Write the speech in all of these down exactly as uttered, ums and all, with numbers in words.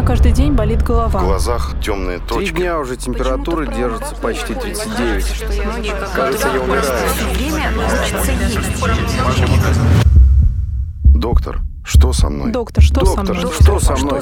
каждый день болит голова. В глазах темные точки. Три дня уже температура держится почти тридцать девять. Кажется, я умираю. Доктор, что со мной? Доктор, что со Доктор, мной? что со мной?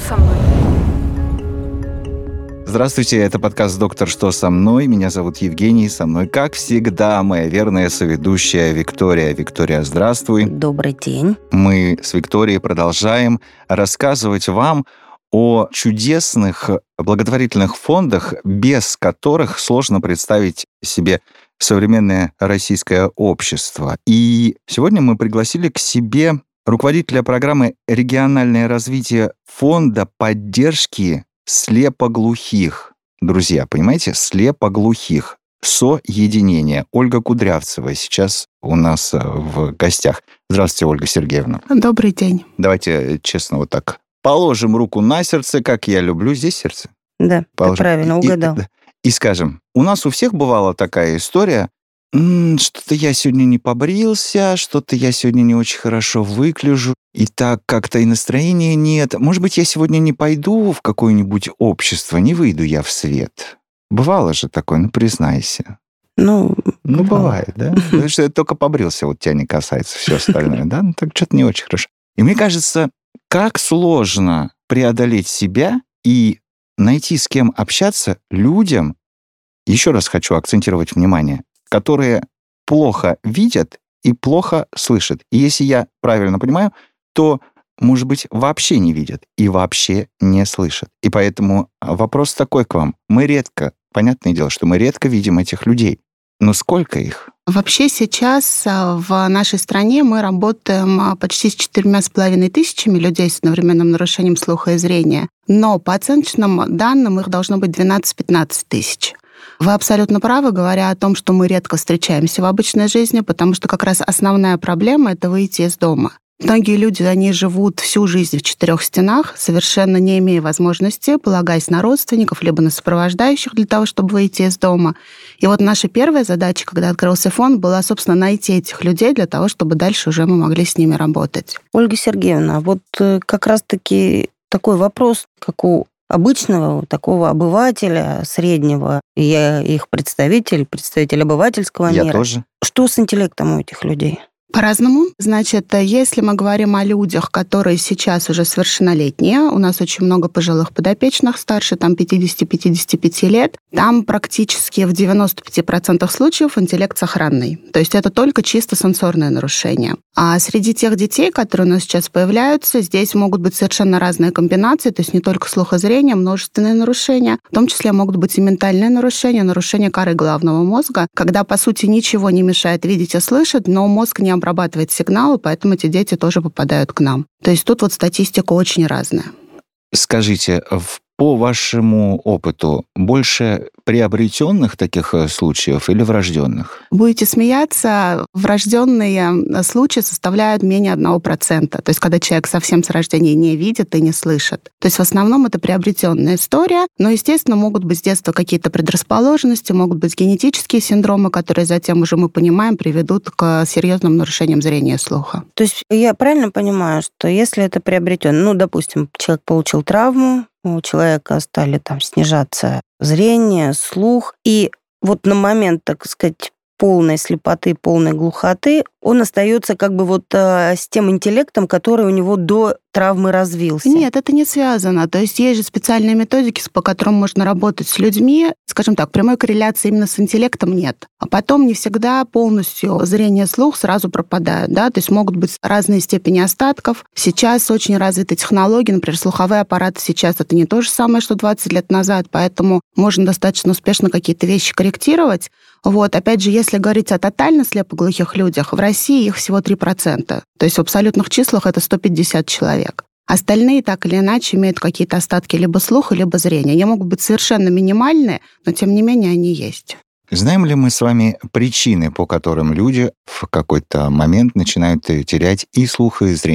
Здравствуйте, это подкаст «Доктор, что со мной?». Меня зовут Евгений, со мной, как всегда, моя верная соведущая Виктория. Виктория, здравствуй. Добрый день. Мы с Викторией продолжаем рассказывать вам о чудесных благотворительных фондах, без которых сложно представить себе современное российское общество. И сегодня мы пригласили к себе руководителя программы «Региональное развитие фонда поддержки слепоглухих». Друзья, понимаете, слепоглухих. Соединение. Ольга Кудрявцева сейчас у нас в гостях. Здравствуйте, Ольга Сергеевна. Добрый день. Давайте честно вот так положим руку на сердце, как я люблю. Здесь сердце? Да, Положим. ты правильно угадал. И, и скажем, у нас у всех бывала такая история, М-м, что-то я сегодня не побрился, что-то я сегодня не очень хорошо выгляжу, и так как-то и настроения нет. Может быть, я сегодня не пойду в какое-нибудь общество, не выйду я в свет. Бывало же такое, ну, признайся. Ну, ну бывает, да? Потому что я только побрился, вот тебя не касается, все остальное, да? Ну, так что-то не очень хорошо. И мне кажется, как сложно преодолеть себя и найти с кем общаться людям, еще раз хочу акцентировать внимание, которые плохо видят и плохо слышат. И если я правильно понимаю, то, может быть, вообще не видят и вообще не слышат. И поэтому вопрос такой к вам. Мы редко, понятное дело, что мы редко видим этих людей. Но сколько их? Вообще сейчас в нашей стране мы работаем почти с четырьмя с половиной тысячами людей с одновременным нарушением слуха и зрения. Но по оценочным данным их должно быть двенадцать-пятнадцать тысяч. Вы абсолютно правы, говоря о том, что мы редко встречаемся в обычной жизни, потому что как раз основная проблема — это выйти из дома. Многие люди, они живут всю жизнь в четырех стенах, совершенно не имея возможности, полагаясь на родственников, либо на сопровождающих для того, чтобы выйти из дома. И вот наша первая задача, когда открылся фонд, была, собственно, найти этих людей для того, чтобы дальше уже мы могли с ними работать. Ольга Сергеевна, вот как раз-таки такой вопрос, как у обычного такого обывателя среднего, я их представитель, представитель обывательского я мира. Я тоже. Что с интеллектом у этих людей? По-разному. Значит, если мы говорим о людях, которые сейчас уже совершеннолетние, у нас очень много пожилых подопечных, старше там пятьдесят-пятьдесят пять лет, там практически в девяноста пяти процентах случаев интеллект сохранный. То есть это только чисто сенсорное нарушение. А среди тех детей, которые у нас сейчас появляются, здесь могут быть совершенно разные комбинации, то есть не только слухозрение, множественные нарушения, в том числе могут быть и ментальные нарушения, нарушения коры головного мозга, когда, по сути, ничего не мешает видеть и слышать, но мозг не обрабатывает сигналы, поэтому эти дети тоже попадают к нам. То есть тут вот статистика очень разная. Скажите, по вашему опыту, больше приобретенных таких случаев или врожденных? Будете смеяться, врожденные случаи составляют менее одного процента. То есть когда человек совсем с рождения не видит и не слышит. То есть в основном это приобретенная история, но, естественно, могут быть с детства какие-то предрасположенности, могут быть генетические синдромы, которые затем уже мы понимаем приведут к серьезным нарушениям зрения и слуха. То есть я правильно понимаю, что если это приобретенно, ну, допустим, человек получил травму, у человека стали там снижаться зрение, слух, и вот на момент, так сказать, полной слепоты, полной глухоты, он остается как бы вот э, с тем интеллектом, который у него до травмы развился. Нет, это не связано. То есть есть же специальные методики, по которым можно работать с людьми. Скажем так, прямой корреляции именно с интеллектом нет. А потом не всегда полностью зрение и слух сразу пропадают. Да? То есть могут быть разные степени остатков. Сейчас очень развиты технологии. Например, слуховые аппараты сейчас это не то же самое, что двадцать лет назад, поэтому можно достаточно успешно какие-то вещи корректировать. Вот. Опять же, если говорить о тотально слепоглухих людях, в России их всего три процента. То есть в абсолютных числах это сто пятьдесят человек. Остальные так или иначе имеют какие-то остатки либо слуха, либо зрения. Они могут быть совершенно минимальные, но тем не менее они есть. Знаем ли мы с вами причины, по которым люди в какой-то момент начинают терять и слух, и зрение?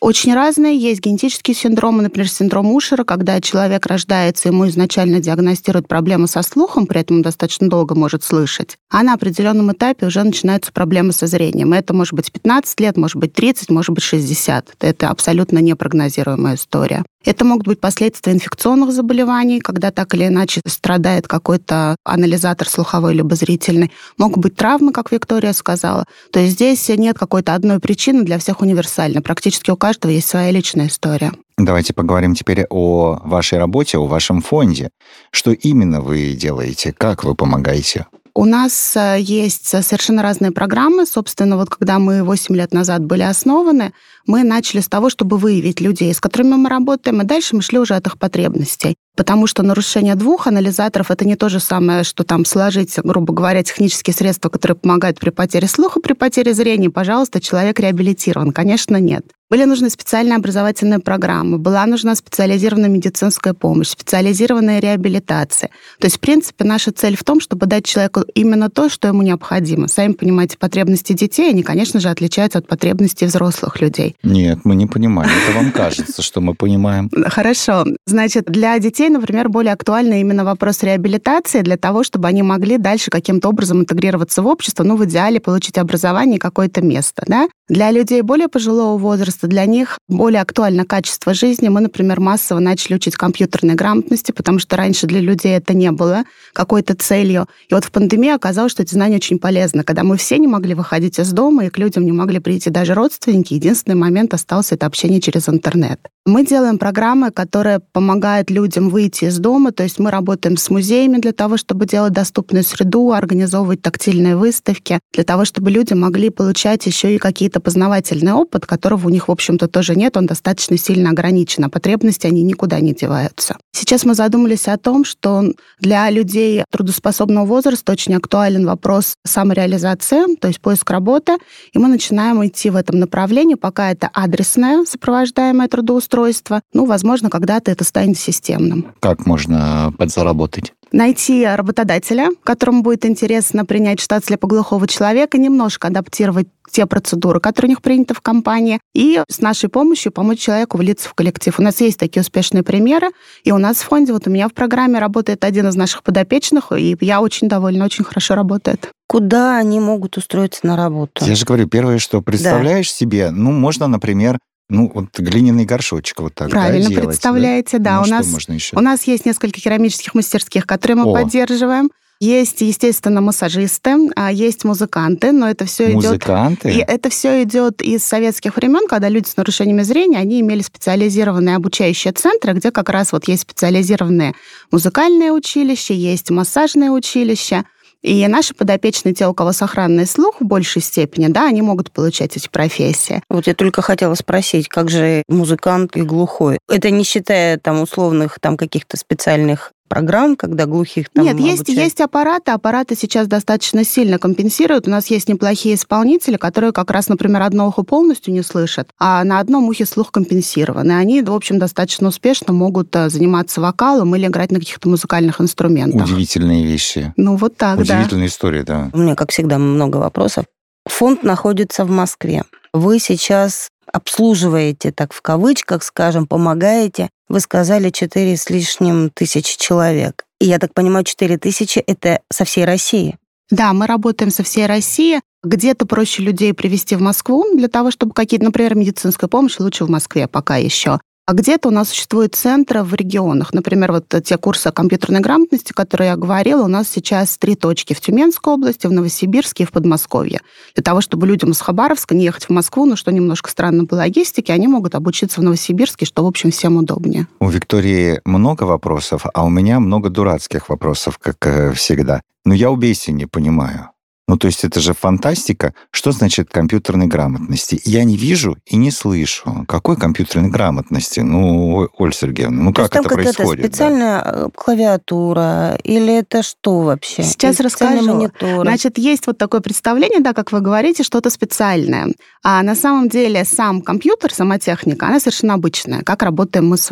Очень разные. Есть генетические синдромы, например, синдром Ушера, когда человек рождается, ему изначально диагностируют проблемы со слухом, при этом он достаточно долго может слышать, а на определенном этапе уже начинаются проблемы со зрением. Это может быть пятнадцать лет, может быть тридцать, может быть шестьдесят. Это абсолютно непрогнозируемая история. Это могут быть последствия инфекционных заболеваний, когда так или иначе страдает какой-то анализатор слуховой либо зрительный. Могут быть травмы, как Виктория сказала. То есть здесь нет какой-то одной причины, для всех универсальной. Практически у каждого есть своя личная история. Давайте поговорим теперь о вашей работе, о вашем фонде. Что именно вы делаете? Как вы помогаете? У нас есть совершенно разные программы. Собственно, вот когда мы восемь лет назад были основаны, мы начали с того, чтобы выявить людей, с которыми мы работаем, и дальше мы шли уже от их потребностей. Потому что нарушение двух анализаторов – это не то же самое, что там сложить, грубо говоря, технические средства, которые помогают при потере слуха, при потере зрения. Пожалуйста, человек реабилитирован. Конечно, нет. Были нужны специальные образовательные программы, была нужна специализированная медицинская помощь, специализированная реабилитация. То есть, в принципе, наша цель в том, чтобы дать человеку именно то, что ему необходимо. Сами понимаете, потребности детей, они, конечно же, отличаются от потребностей взрослых людей. Нет, мы не понимаем. Это вам кажется, что мы понимаем. Хорошо. Значит, для детей, например, более актуальный именно вопрос реабилитации для того, чтобы они могли дальше каким-то образом интегрироваться в общество, ну, в идеале получить образование и какое-то место, да? Для людей более пожилого возраста, для них более актуально качество жизни. Мы, например, массово начали учить компьютерной грамотности, потому что раньше для людей это не было какой-то целью. И вот в пандемии оказалось, что эти знания очень полезны. Когда мы все не могли выходить из дома, и к людям не могли прийти даже родственники, единственный момент остался — это общение через интернет. Мы делаем программы, которые помогают людям выйти из дома, то есть мы работаем с музеями для того, чтобы делать доступную среду, организовывать тактильные выставки, для того, чтобы люди могли получать еще и какие-то познавательный опыт, которого у них, в общем-то, тоже нет, он достаточно сильно ограничен, а потребности, они никуда не деваются. Сейчас мы задумались о том, что для людей трудоспособного возраста очень актуален вопрос самореализации, то есть поиск работы, и мы начинаем идти в этом направлении, пока это адресное сопровождаемое трудоустройство, ну, возможно, когда-то это станет системным. Как можно подзаработать? Найти работодателя, которому будет интересно принять в штат слепоглухого человека, немножко адаптировать те процедуры, которые у них приняты в компании, и с нашей помощью помочь человеку влиться в коллектив. У нас есть такие успешные примеры, и у нас в фонде, вот у меня в программе работает один из наших подопечных, и я очень довольна, очень хорошо работает. Куда они могут устроиться на работу? Я же говорю, первое, что представляешь да. себе, ну, можно, например, ну, вот глиняный горшочек вот так, правильно да, делать, представляете, да. да. У, ну, нас, можно еще? у нас есть несколько керамических мастерских, которые мы О. поддерживаем. Есть, естественно, массажисты, есть музыканты, но это все идет... Музыканты? И это все идет из советских времен, когда люди с нарушениями зрения, они имели специализированные обучающие центры, где как раз вот есть специализированные музыкальные училища, есть массажные училища. И наши подопечные, те, у кого сохранный слух в большей степени, да, они могут получать эти профессии. Вот я только хотела спросить, как же музыкант и глухой? Это не считая там условных там каких-то специальных программ, когда глухих там Нет, есть, есть аппараты. Аппараты сейчас достаточно сильно компенсируют. У нас есть неплохие исполнители, которые как раз, например, одно ухо полностью не слышат, а на одном ухе слух компенсирован. И они, в общем, достаточно успешно могут заниматься вокалом или играть на каких-то музыкальных инструментах. Удивительные вещи. Ну, вот так, Удивительная да. Удивительная история, да. У меня, как всегда, много вопросов. Фонд находится в Москве. Вы сейчас обслуживаете, так в кавычках, скажем, помогаете. Вы сказали, четыре с лишним тысячи человек. И я так понимаю, четыре тысячи – это со всей России? Да, мы работаем со всей России. Где-то проще людей привезти в Москву для того, чтобы какие-то, например, медицинская помощь лучше в Москве пока еще. А где-то у нас существуют центры в регионах. Например, вот те курсы компьютерной грамотности, которые я говорила, у нас сейчас три точки в Тюменской области, в Новосибирске и в Подмосковье. Для того, чтобы людям из Хабаровска не ехать в Москву, ну, что немножко странно по логистике, они могут обучиться в Новосибирске, что, в общем, всем удобнее. У Виктории много вопросов, а у меня много дурацких вопросов, как всегда. Но я убейся не понимаю. Ну, то есть это же фантастика. Что значит компьютерной грамотности? Я не вижу и не слышу. Какой компьютерной грамотности? Ну, Оль Сергеевна, ну как это происходит? Там какая-то специальная да? клавиатура или это что вообще? Сейчас расскажу. Мониторы? Значит, есть вот такое представление, да, как вы говорите, что-то специальное. А на самом деле сам компьютер, сама техника, она совершенно обычная, как работаем мы с вами.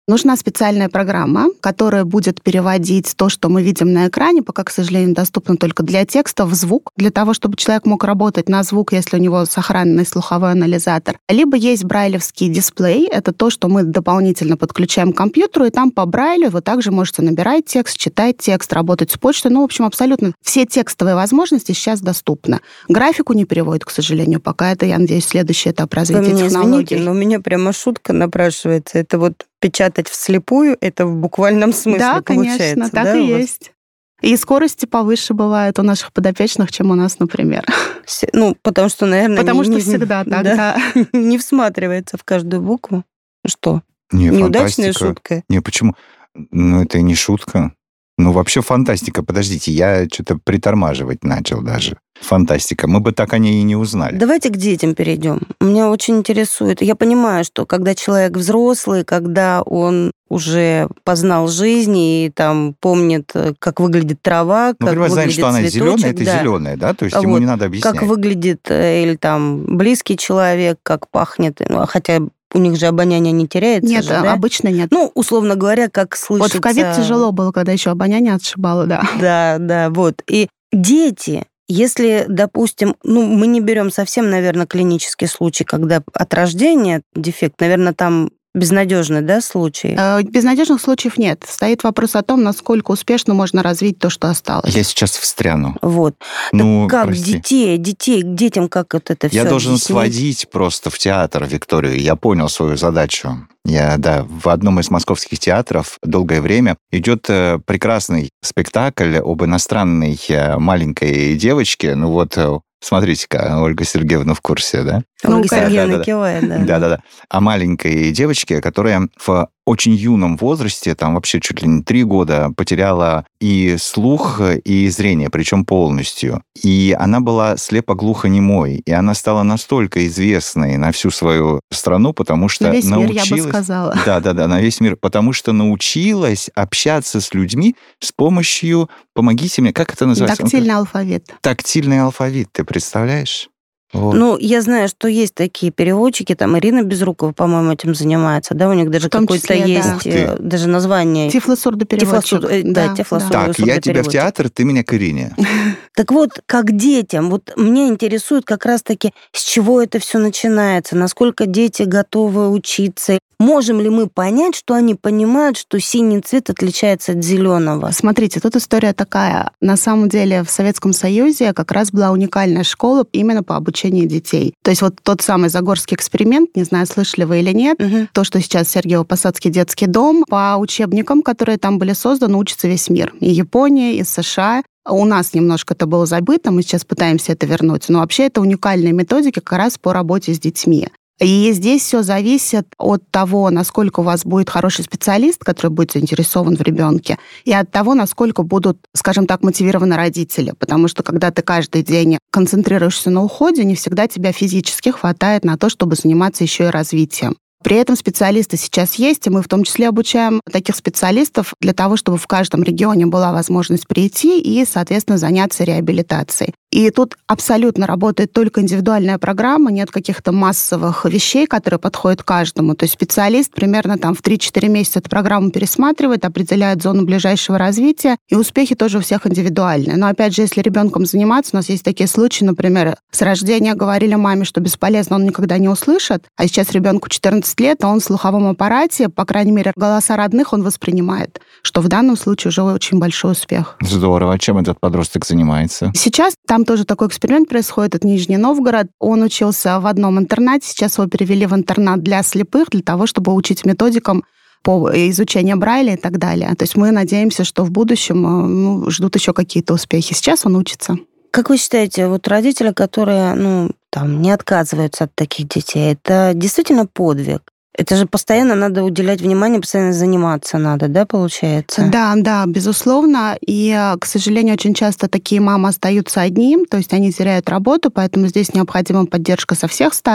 Нужна специальная программа, которая будет переводить то, что мы видим на экране, пока, к сожалению, доступно только для текста, в звук, для того, чтобы человек мог работать на звук, если у него сохраненный слуховой анализатор. Либо есть брайлевский дисплей, это то, что мы дополнительно подключаем к компьютеру, и там по брайлю вы также можете набирать текст, читать текст, работать с почтой. Ну, в общем, абсолютно все текстовые возможности сейчас доступны. Графику не переводят, к сожалению, пока. Это, я надеюсь, следующий этап развития Вы меня технологий. извините, но у меня прямо шутка напрашивается. Это вот печатать вслепую, это в буквальном смысле да, получается. Конечно, так да, и есть. И скорости повыше бывают у наших подопечных, чем у нас, например. Ну, потому что, наверное... Потому не, что не, всегда так, да. да. Не всматривается в каждую букву. Что? Не, Неудачная фантастика. шутка? Не, почему? Ну, это и не шутка. Ну, вообще фантастика. Подождите, я что-то притормаживать начал даже. Фантастика. Мы бы так о ней и не узнали. Давайте к детям перейдем. Меня очень интересует. Я понимаю, что когда человек взрослый, когда он уже познал жизнь и там помнит, как выглядит трава, ну, как выглядит знает, что она зеленая, это да. зеленая, да? То есть вот. Ему не надо объяснять. Как выглядит или там близкий человек, как пахнет, ну, хотя у них же обоняние не теряется. Нет, же, да? обычно нет. Ну, условно говоря, как слышится... Вот в ковид тяжело было, когда еще обоняние отшибало, да. Да, да, вот. И дети, если, допустим, ну, мы не берем совсем, наверное, клинический случай, когда от рождения дефект, наверное, там безнадежный, да, случай? Безнадежных случаев нет. Стоит вопрос о том, насколько успешно можно развить то, что осталось. Я сейчас встряну. Вот. Ну, так как прости. детей, детей, к детям как вот это все Я должен объяснить? сводить просто в театр Викторию. Я понял свою задачу. Я, да, в одном из московских театров долгое время идет прекрасный спектакль об иностранной маленькой девочке. Ну вот, смотрите-ка, Ольга Сергеевна в курсе, да? Ольга Ну, Сергеевна да, да, кивает, да. Да-да-да. О маленькой девочке, которая в очень юном возрасте, там вообще чуть ли не три года, потеряла и слух, и зрение, причем полностью. И она была слепо-глухонемой. И она стала настолько известной на всю свою страну, потому что на весь научилась... мир, я бы сказала. Да-да-да, на весь мир. Потому что научилась общаться с людьми с помощью... Помогите мне, как это называется? Тактильный алфавит. Тактильный алфавит, ты представляешь? Вот. Ну, я знаю, что есть такие переводчики, там Ирина Безрукова, по-моему, этим занимается, да, у них даже В том какое-то числе, есть да. даже название. Тифлосурдопереводчик. Тифлосур- Да, тифлосур- Так, я тебя в сурдопереводчик. театр, ты меня к Ирине. Так вот, как детям, вот меня интересует как раз-таки, с чего это все начинается, насколько дети готовы учиться. Можем ли мы понять, что они понимают, что синий цвет отличается от зеленого? Смотрите, тут история такая. На самом деле в Советском Союзе как раз была уникальная школа именно по обучению детей. То есть вот тот самый Загорский эксперимент, не знаю, слышали вы или нет, Угу. то, что сейчас Сергиево-Посадский детский дом, по учебникам, которые там были созданы, учится весь мир. И Япония, и США. У нас немножко это было забыто, мы сейчас пытаемся это вернуть. Но вообще это уникальные методики как раз по работе с детьми. И здесь все зависит от того, насколько у вас будет хороший специалист, который будет заинтересован в ребенке, и от того, насколько будут, скажем так, мотивированы родители. Потому что когда ты каждый день концентрируешься на уходе, не всегда тебя физически хватает на то, чтобы заниматься еще и развитием. При этом специалисты сейчас есть, и мы в том числе обучаем таких специалистов для того, чтобы в каждом регионе была возможность прийти и, соответственно, заняться реабилитацией. И тут абсолютно работает только индивидуальная программа, нет каких-то массовых вещей, которые подходят каждому. То есть специалист примерно там в три-четыре месяца эту программу пересматривает, определяет зону ближайшего развития, и успехи тоже у всех индивидуальные. Но опять же, если ребенком заниматься, у нас есть такие случаи, например, с рождения говорили маме, что бесполезно, он никогда не услышит, а сейчас ребенку четырнадцать лет, а он в слуховом аппарате, по крайней мере, голоса родных он воспринимает, что в данном случае уже очень большой успех. Здорово. Чем этот подросток занимается? Сейчас там тоже такой эксперимент происходит, это Нижний Новгород. Он учился в одном интернате, сейчас его перевели в интернат для слепых, для того, чтобы учить методикам по изучению Брайля и так далее. То есть мы надеемся, что в будущем ну, ждут еще какие-то успехи. Сейчас он учится. Как вы считаете, вот родители, которые, ну, там, не отказываются от таких детей, это действительно подвиг? Это же постоянно надо уделять внимание, постоянно заниматься надо, да, получается? Да, да, безусловно. И, к сожалению, очень часто такие мамы остаются одни, то есть они теряют работу, поэтому здесь необходима поддержка со всех сторон.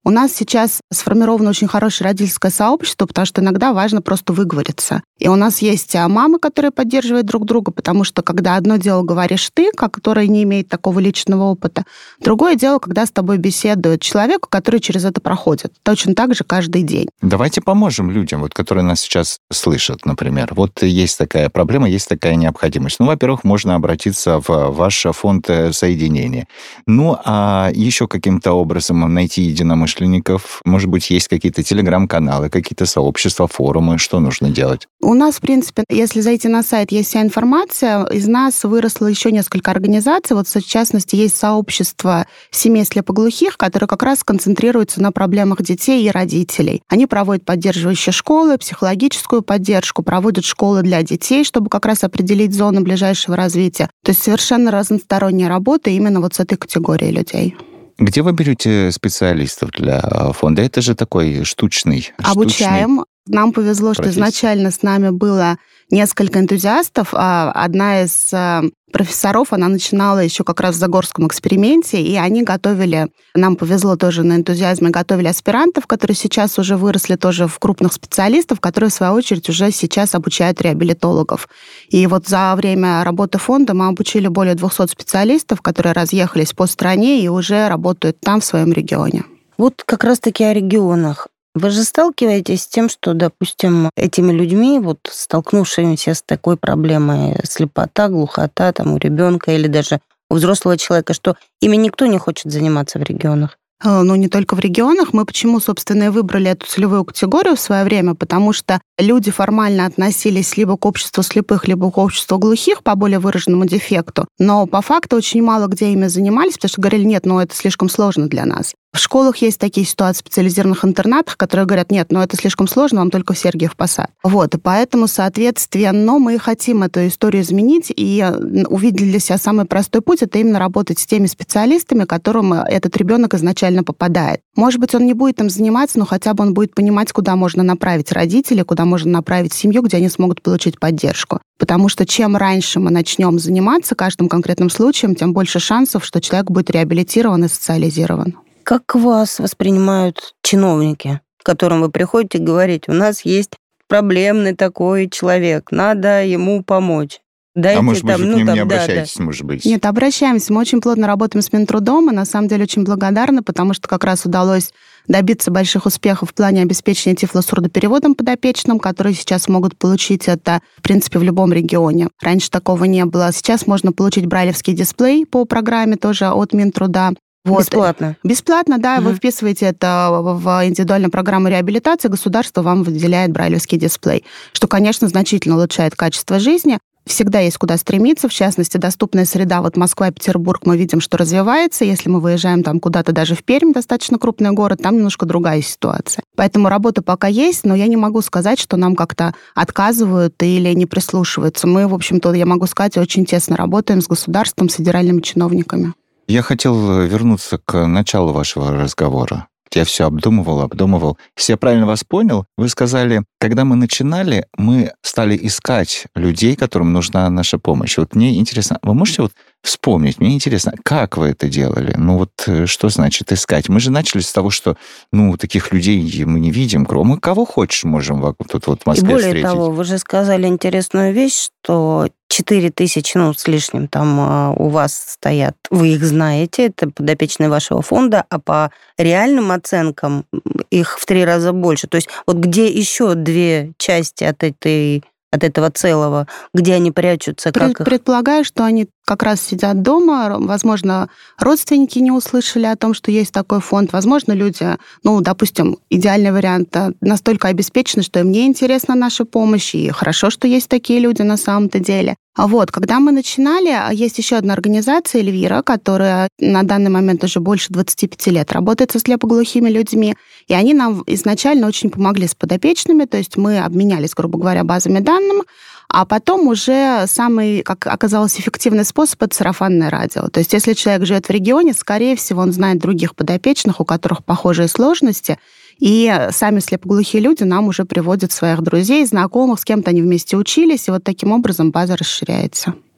У нас сейчас сформировано очень хорошее родительское сообщество, потому что иногда важно просто выговориться. И у нас есть мамы, которые поддерживают друг друга, потому что когда одно дело говоришь ты, который не имеет такого личного опыта, другое дело, когда с тобой беседует человек, который через это проходит. Точно так же каждый день. Давайте поможем людям, вот, которые нас сейчас слышат, например. Вот есть такая проблема, есть такая необходимость. Ну, во-первых, можно обратиться в ваш фонд соединения. Ну, а еще каким-то образом найти единомышленников. Может быть, есть какие-то телеграм-каналы, какие-то сообщества, форумы. Что нужно делать? У нас, в принципе, если зайти на сайт, есть вся информация. Из нас выросло еще несколько организаций. Вот, в частности, есть сообщество семей слепоглухих, которое как раз концентрируется на проблемах детей и родителей. Они проводят поддерживающие школы, психологическую поддержку, проводят школы для детей, чтобы как раз определить зоны ближайшего развития. То есть совершенно разносторонняя работа именно вот с этой категорией людей. Где вы берете специалистов для фонда? Это же такой штучный... Обучаем. Штучный Нам повезло, процесс. Что изначально с нами было несколько энтузиастов. Одна из профессоров, она начинала еще как раз в Загорском эксперименте, и они готовили, нам повезло тоже на энтузиазме, готовили аспирантов, которые сейчас уже выросли тоже в крупных специалистов, которые, в свою очередь, уже сейчас обучают реабилитологов. И вот за время работы фонда мы обучили более двухсот специалистов, которые разъехались по стране и уже работают там, в своем регионе. Вот как раз-таки о регионах. Вы же сталкиваетесь с тем, что, допустим, этими людьми, вот столкнувшимися с такой проблемой слепота, глухота там, у ребенка или даже у взрослого человека, что ими никто не хочет заниматься в регионах? Ну, не только в регионах. Мы почему, собственно, и выбрали эту целевую категорию в свое время, потому что люди формально относились либо к обществу слепых, либо к обществу глухих по более выраженному дефекту, но по факту очень мало где ими занимались, потому что говорили, нет, ну это слишком сложно для нас. В школах есть такие ситуации в специализированных интернатах, которые говорят, нет, ну это слишком сложно, вам только в Сергиев Посад. Вот, и поэтому, соответственно, мы хотим эту историю изменить и увидели для себя самый простой путь, это именно работать с теми специалистами, к которым этот ребенок изначально попадает. Может быть, он не будет им заниматься, но хотя бы он будет понимать, куда можно направить родителей, куда можно направить семью, где они смогут получить поддержку. Потому что чем раньше мы начнем заниматься каждым конкретным случаем, тем больше шансов, что человек будет реабилитирован и социализирован. Как вас воспринимают чиновники, к которым вы приходите и говорите, у нас есть проблемный такой человек, надо ему помочь? Дайте а может быть, там, вы ну, к ним там, не да, обращаетесь, да. может быть? Нет, обращаемся. Мы очень плотно работаем с Минтрудом, и на самом деле очень благодарны, потому что как раз удалось добиться больших успехов в плане обеспечения тифло-сурдопереводом подопечным, которые сейчас могут получить это, в принципе, в любом регионе. Раньше такого не было. Сейчас можно получить брайлевский дисплей по программе тоже от Минтруда. Вот. Бесплатно? Бесплатно, да. Угу. Вы вписываете это в индивидуальную программу реабилитации, государство вам выделяет брайлевский дисплей, что, конечно, значительно улучшает качество жизни. Всегда есть куда стремиться, в частности, доступная среда. Вот Москва и Петербург мы видим, что развивается. Если мы выезжаем там куда-то даже в Пермь, достаточно крупный город, там немножко другая ситуация. Поэтому работа пока есть, но я не могу сказать, что нам как-то отказывают или не прислушиваются. Мы, в общем-то, я могу сказать, очень тесно работаем с государством, с федеральными чиновниками. Я хотел вернуться к началу вашего разговора. Я все обдумывал, обдумывал. Если я правильно вас понял, вы сказали, когда мы начинали, мы стали искать людей, которым нужна наша помощь. Вот мне интересно, вы можете вот вспомнить, мне интересно, как вы это делали? Ну вот что значит искать? Мы же начали с того, что, ну, таких людей мы не видим, кроме кого хочешь можем тут вот в Москве И более встретить. того, вы же сказали интересную вещь, что четыре тысячи, ну, с лишним там у вас стоят, вы их знаете, это подопечные вашего фонда, а по реальным оценкам их в три раза больше. То есть вот где еще две части от этой от этого целого, где они прячутся? Как их... Предполагаю, что они как раз сидят дома, возможно, родственники не услышали о том, что есть такой фонд, возможно, люди, ну, допустим, идеальный вариант, настолько обеспечены, что им не интересна наша помощь, и хорошо, что есть такие люди на самом-то деле. А вот, когда мы начинали, есть еще одна организация, Эльвира, которая на данный момент уже больше двадцати пяти лет работает со слепоглухими людьми, и они нам изначально очень помогли с подопечными, то есть мы обменялись, грубо говоря, базами данных, а потом уже самый, как оказалось, эффективный способ — это сарафанное радио. То есть если человек живет в регионе, скорее всего, он знает других подопечных, у которых похожие сложности, и сами слепоглухие люди нам уже приводят своих друзей, знакомых, с кем-то они вместе учились, и вот таким образом база расширяется.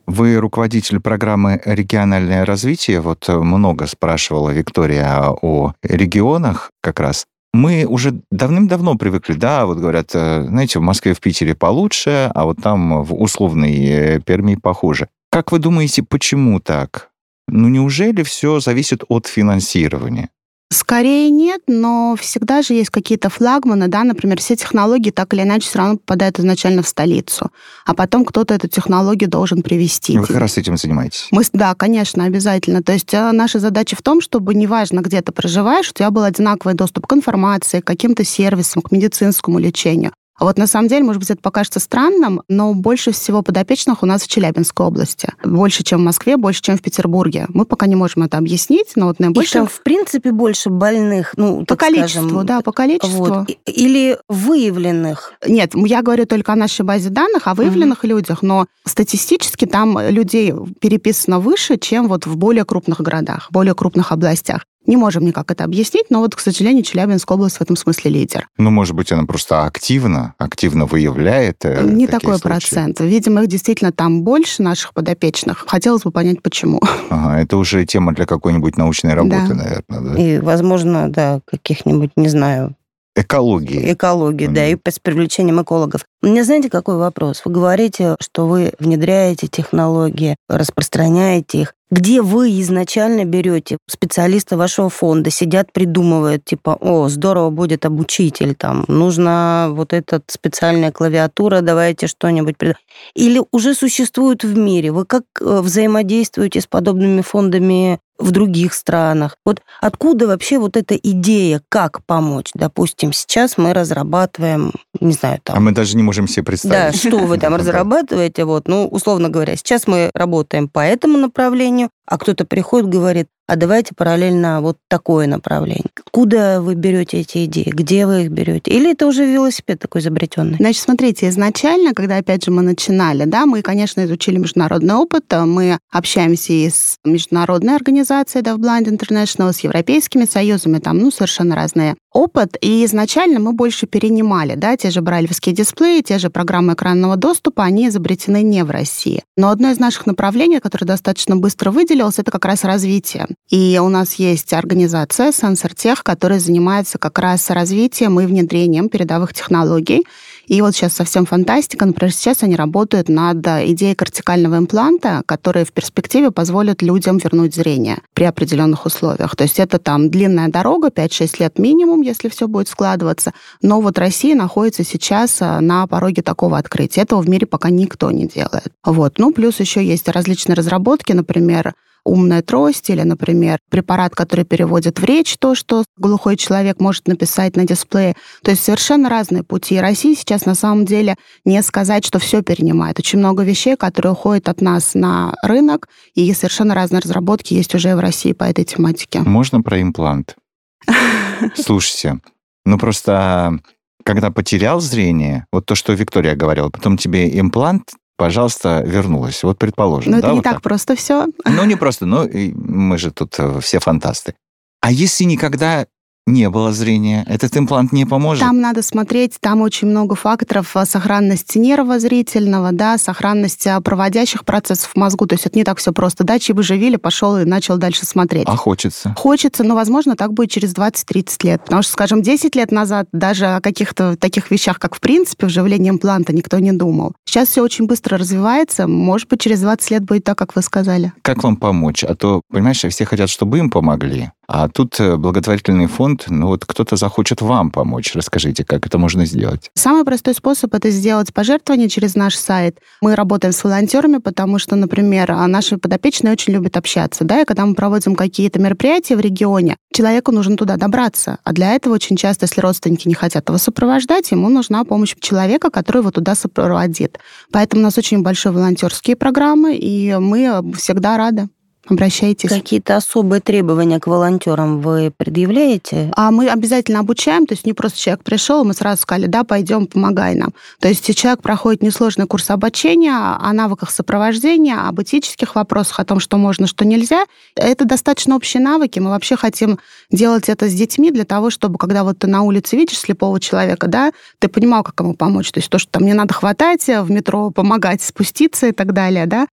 Вы руководитель программы «Региональное развитие». Вот много спрашивала Виктория о регионах как раз. Мы уже давным-давно привыкли, да, вот говорят, знаете, в Москве, в Питере получше, а вот там в условной Перми похуже. Как вы думаете, почему так? Ну, неужели все зависит от финансирования? Скорее нет, но всегда же есть какие-то флагманы, да, например, все технологии так или иначе все равно попадают изначально в столицу, а потом кто-то эту технологию должен привести. Вы как раз этим занимаетесь? Мы, да, конечно, обязательно. То есть наша задача в том, чтобы неважно, где ты проживаешь, у тебя был одинаковый доступ к информации, к каким-то сервисам, к медицинскому лечению. А вот на самом деле, может быть, это покажется странным, но больше всего подопечных у нас в Челябинской области. Больше, чем в Москве, больше, чем в Петербурге. Мы пока не можем это объяснить, но вот наибольше... И там, в принципе, больше больных, ну, по так количеству, скажем, да, по количеству. Вот. Или выявленных. Нет, я говорю только о нашей базе данных, о выявленных mm-hmm. людях, но статистически там людей переписано выше, чем вот в более крупных городах, более крупных областях. Не можем никак это объяснить, но вот, к сожалению, Челябинская область в этом смысле лидер. Ну, может быть, она просто активно, активно выявляет Не такой случаи. Процент. Видимо, их действительно там больше, наших подопечных. Хотелось бы понять, почему. Ага, это уже тема для какой-нибудь научной работы, да. наверное, да? И, возможно, да, каких-нибудь, не знаю... Экологии. Экологии, mm-hmm. да, и с привлечением экологов. У меня, знаете, какой вопрос? Вы говорите, что вы внедряете технологии, распространяете их. Где вы изначально берете специалисты вашего фонда, сидят, придумывают, типа, о, здорово будет обучитель, там, нужна вот эта специальная клавиатура, давайте что-нибудь... Или уже существует в мире? Вы как взаимодействуете с подобными фондами в других странах? Вот откуда вообще вот эта идея, как помочь? Допустим, сейчас мы разрабатываем, не знаю, там... А мы даже не можем себе представить. Да, что вы там разрабатываете, вот, ну, условно говоря, сейчас мы работаем по этому направлению, а кто-то приходит, говорит, а давайте параллельно вот такое направление. Откуда вы берете эти идеи? Где вы их берете? Или это уже велосипед такой изобретенный? Значит, смотрите, изначально, когда, опять же, мы начинали, да, мы, конечно, изучили международный опыт, мы общаемся и с международной организацией DeafBlind International, с европейскими союзами, там, ну, совершенно разные опыт, и изначально мы больше перенимали, да, те же брайлевские дисплеи, те же программы экранного доступа, они изобретены не в России. Но одно из наших направлений, которое достаточно быстро выделилось, это как раз развитие. И у нас есть организация SensorTech, которая занимается как раз развитием и внедрением передовых технологий. И вот сейчас совсем фантастика. Например, сейчас они работают над идеей кортикального импланта, который в перспективе позволит людям вернуть зрение при определенных условиях. То есть это там длинная дорога, пять-шесть лет минимум, если все будет складываться. Но вот Россия находится сейчас на пороге такого открытия. Этого в мире пока никто не делает. Вот. Ну, плюс еще есть различные разработки, например, умная трость или, например, препарат, который переводит в речь то, что глухой человек может написать на дисплее. То есть совершенно разные пути. И Россия сейчас на самом деле не сказать, что все перенимает. Очень много вещей, которые уходят от нас на рынок, и совершенно разные разработки есть уже в России по этой тематике. Можно про имплант? Слушайте, ну просто когда потерял зрение, вот то, что Виктория говорила, потом тебе имплант, пожалуйста, вернулась. Вот предположим. Но да, это не вот так, так просто все. Ну, не просто, ну, мы же тут все фантасты. А если никогда не было зрения, этот имплант не поможет? Там надо смотреть, там очень много факторов сохранности нерва зрительного, да, сохранности проводящих процессов в мозгу. То есть это не так все просто. Да, чип выживили, пошел и начал дальше смотреть. А хочется? Хочется, но, возможно, так будет через двадцать-тридцать лет. Потому что, скажем, десять лет назад даже о каких-то таких вещах, как, в принципе, вживление импланта, никто не думал. Сейчас все очень быстро развивается. Может быть, через двадцать лет будет так, как вы сказали. Как вам помочь? А то, понимаешь, все хотят, чтобы им помогли. А тут благотворительный фонд, ну вот кто-то захочет вам помочь. Расскажите, как это можно сделать? Самый простой способ – это сделать пожертвование через наш сайт. Мы работаем с волонтерами, потому что, например, наши подопечные очень любят общаться. Да, и когда мы проводим какие-то мероприятия в регионе, человеку нужно туда добраться. А для этого очень часто, если родственники не хотят его сопровождать, ему нужна помощь человека, который его туда сопроводит. Поэтому у нас очень большие волонтерские программы, и мы всегда рады. Обращайтесь. Какие-то особые требования к волонтерам вы предъявляете? А мы обязательно обучаем, то есть не просто человек пришел, мы сразу сказали, да, пойдем, помогай нам. То есть человек проходит несложный курс обучения о навыках сопровождения, об этических вопросах, о том, что можно, что нельзя. Это достаточно общие навыки. Мы вообще хотим делать это с детьми для того, чтобы, когда вот ты на улице видишь слепого человека, да, ты понимал, как ему помочь. То есть то, что там не надо хватать, в метро помогать спуститься и так далее, да.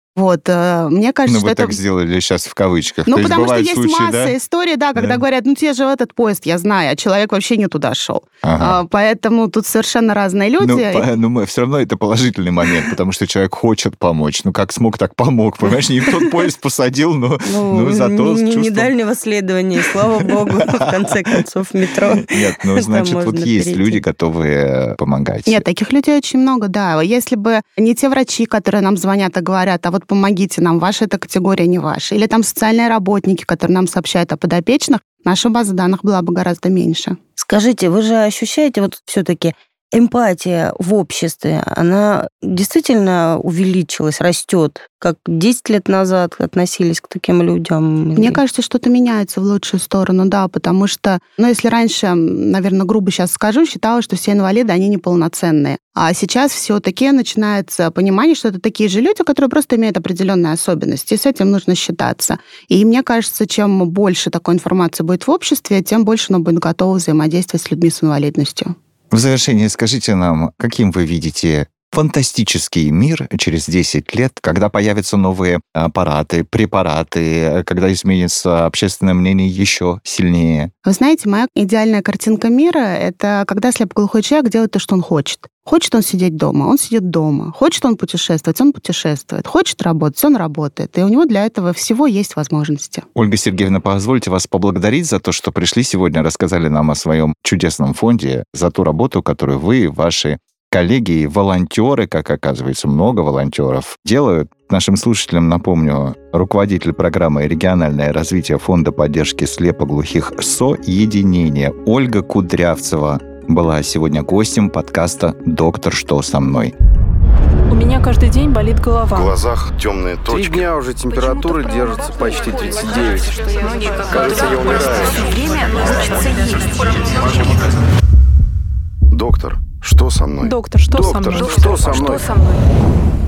Вот, мне кажется, ну, что вы это... так сделали сейчас в кавычках. Ну, То потому есть, что есть случаи, масса да? историй, да, когда да. говорят, ну, тебе же этот поезд, я знаю, а человек вообще не туда шел. Ага. А, поэтому тут совершенно разные люди. Ну, по, ну, все равно это положительный момент, потому что человек хочет помочь. Ну, как смог, так помог, понимаешь? Не в тот поезд посадил, но, ну, но зато... Не, не дальнего следования, слава богу, в конце концов, метро. Нет, ну, значит, вот есть люди, готовые помогать. Нет, таких людей очень много, да. Если бы не те врачи, которые нам звонят и говорят, а вот помогите нам, ваша эта категория не ваша, или там социальные работники, которые нам сообщают о подопечных, наша база данных была бы гораздо меньше. Скажите, вы же ощущаете вот все-таки эмпатия в обществе, она действительно увеличилась, растет, как десять лет назад относились к таким людям? Мне кажется, что-то меняется в лучшую сторону, да, потому что, ну, если раньше, наверное, грубо сейчас скажу, считалось, что все инвалиды, они неполноценные. А сейчас все-таки начинается понимание, что это такие же люди, которые просто имеют определенные особенности, и с этим нужно считаться. И мне кажется, чем больше такой информации будет в обществе, тем больше оно будет готово взаимодействовать с людьми с инвалидностью. В завершение скажите нам, каким вы видите фантастический мир через десять лет, когда появятся новые аппараты, препараты, когда изменится общественное мнение еще сильнее? Вы знаете, моя идеальная картинка мира — это когда слепоглухой человек делает то, что он хочет. Хочет он сидеть дома, он сидит дома. Хочет он путешествовать, он путешествует. Хочет работать, он работает. И у него для этого всего есть возможности. Ольга Сергеевна, позвольте вас поблагодарить за то, что пришли сегодня, рассказали нам о своем чудесном фонде, за ту работу, которую вы, ваши коллеги и волонтеры, как оказывается, много волонтеров, делают. Нашим слушателям напомню, руководитель программы «Региональное развитие фонда поддержки слепоглухих «Соединение» Ольга Кудрявцева была сегодня гостем подкаста «Доктор, что со мной?». У меня каждый день болит голова. В глазах темные точки. Три дня уже температура держится почти тридцать девять. Кажется, я умираю. Доктор, что со мной? Доктор, что Доктор, со мной? что со мной? Что со мной?